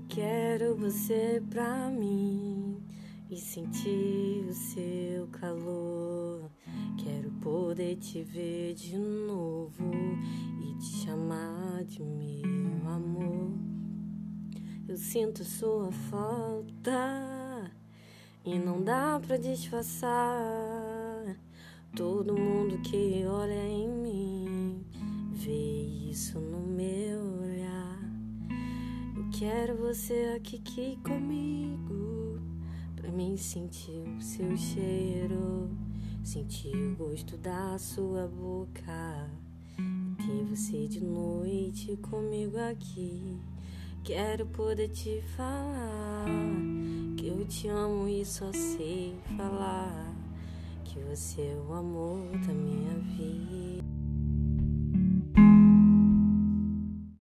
Quero você pra mim e sentir o seu calor. Quero poder te ver de novo e te chamar de meu amor. Eu sinto sua falta e não dá pra disfarçar. Todo mundo que olha em mim vê isso no meu olhar. Eu quero você aqui comigo, pra mim sentir o seu cheiro, sentir o gosto da sua boca, ter você de noite comigo aqui. Quero poder te falar que eu te amo e só sei falar que você é o amor da minha vida.